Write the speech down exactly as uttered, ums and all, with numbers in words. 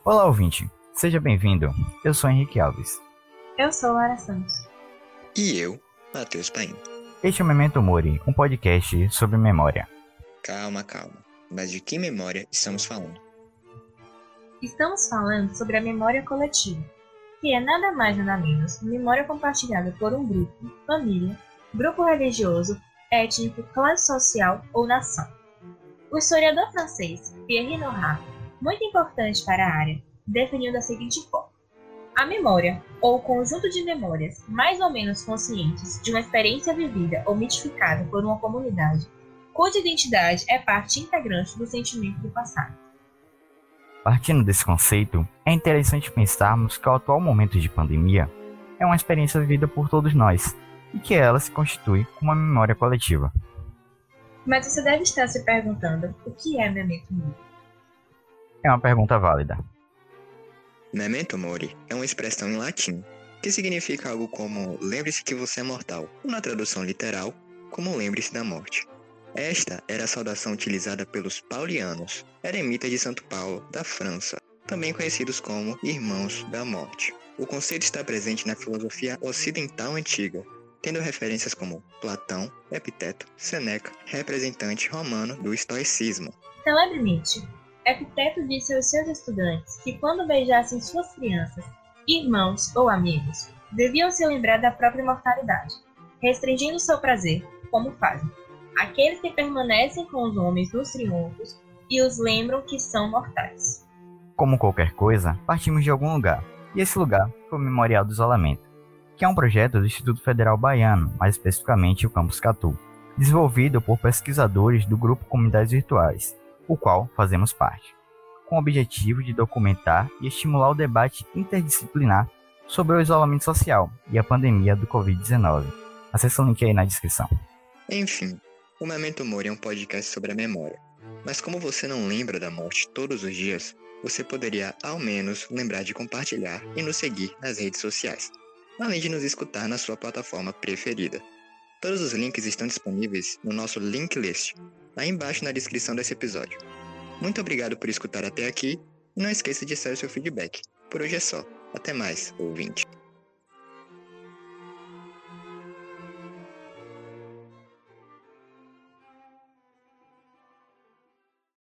Olá, ouvinte. Seja bem-vindo. Eu sou Henrique Alves. Eu sou Lara Santos. E eu, Matheus Paim. Este é o Memento Mori, um podcast sobre memória. Calma, calma. Mas de que memória estamos falando? Estamos falando sobre a memória coletiva, que é nada mais nada menos memória compartilhada por um grupo, família, grupo religioso, étnico, classe social ou nação. O historiador francês Pierre Nora, muito importante para a área, definiu da seguinte forma: a memória, ou conjunto de memórias mais ou menos conscientes de uma experiência vivida ou mitificada por uma comunidade, cuja identidade é parte integrante do sentimento do passado. Partindo desse conceito, é interessante pensarmos que o atual momento de pandemia é uma experiência vivida por todos nós e que ela se constitui como uma memória coletiva. Mas você deve estar se perguntando o que é memento mori. É uma pergunta válida. Memento mori é uma expressão em latim, que significa algo como lembre-se que você é mortal, ou na tradução literal, como lembre-se da morte. Esta era a saudação utilizada pelos paulianos, eremitas de Santo Paulo, da França, também conhecidos como Irmãos da Morte. O conceito está presente na filosofia ocidental antiga, tendo referências como Platão, Epiteto, Sêneca, representante romano do estoicismo. Celebremente, Epiteto disse aos seus estudantes que quando beijassem suas crianças, irmãos ou amigos, deviam se lembrar da própria imortalidade, restringindo seu prazer, como fazem aqueles que permanecem com os homens nos triunfos e os lembram que são mortais. Como qualquer coisa, partimos de algum lugar, e esse lugar foi o Memorial do Isolamento, que é um projeto do Instituto Federal Baiano, mais especificamente o Campus Catu, desenvolvido por pesquisadores do grupo Comunidades Virtuais, o qual fazemos parte, com o objetivo de documentar e estimular o debate interdisciplinar sobre o isolamento social e a pandemia do covid dezenove. Acesse o link aí na descrição. Enfim, o Memento Mori é um podcast sobre a memória, mas como você não lembra da morte todos os dias, você poderia ao menos lembrar de compartilhar e nos seguir nas redes sociais, além de nos escutar na sua plataforma preferida. Todos os links estão disponíveis no nosso link list, aí embaixo na descrição desse episódio. Muito obrigado por escutar até aqui e não esqueça de deixar o seu feedback. Por hoje é só. Até mais, ouvinte.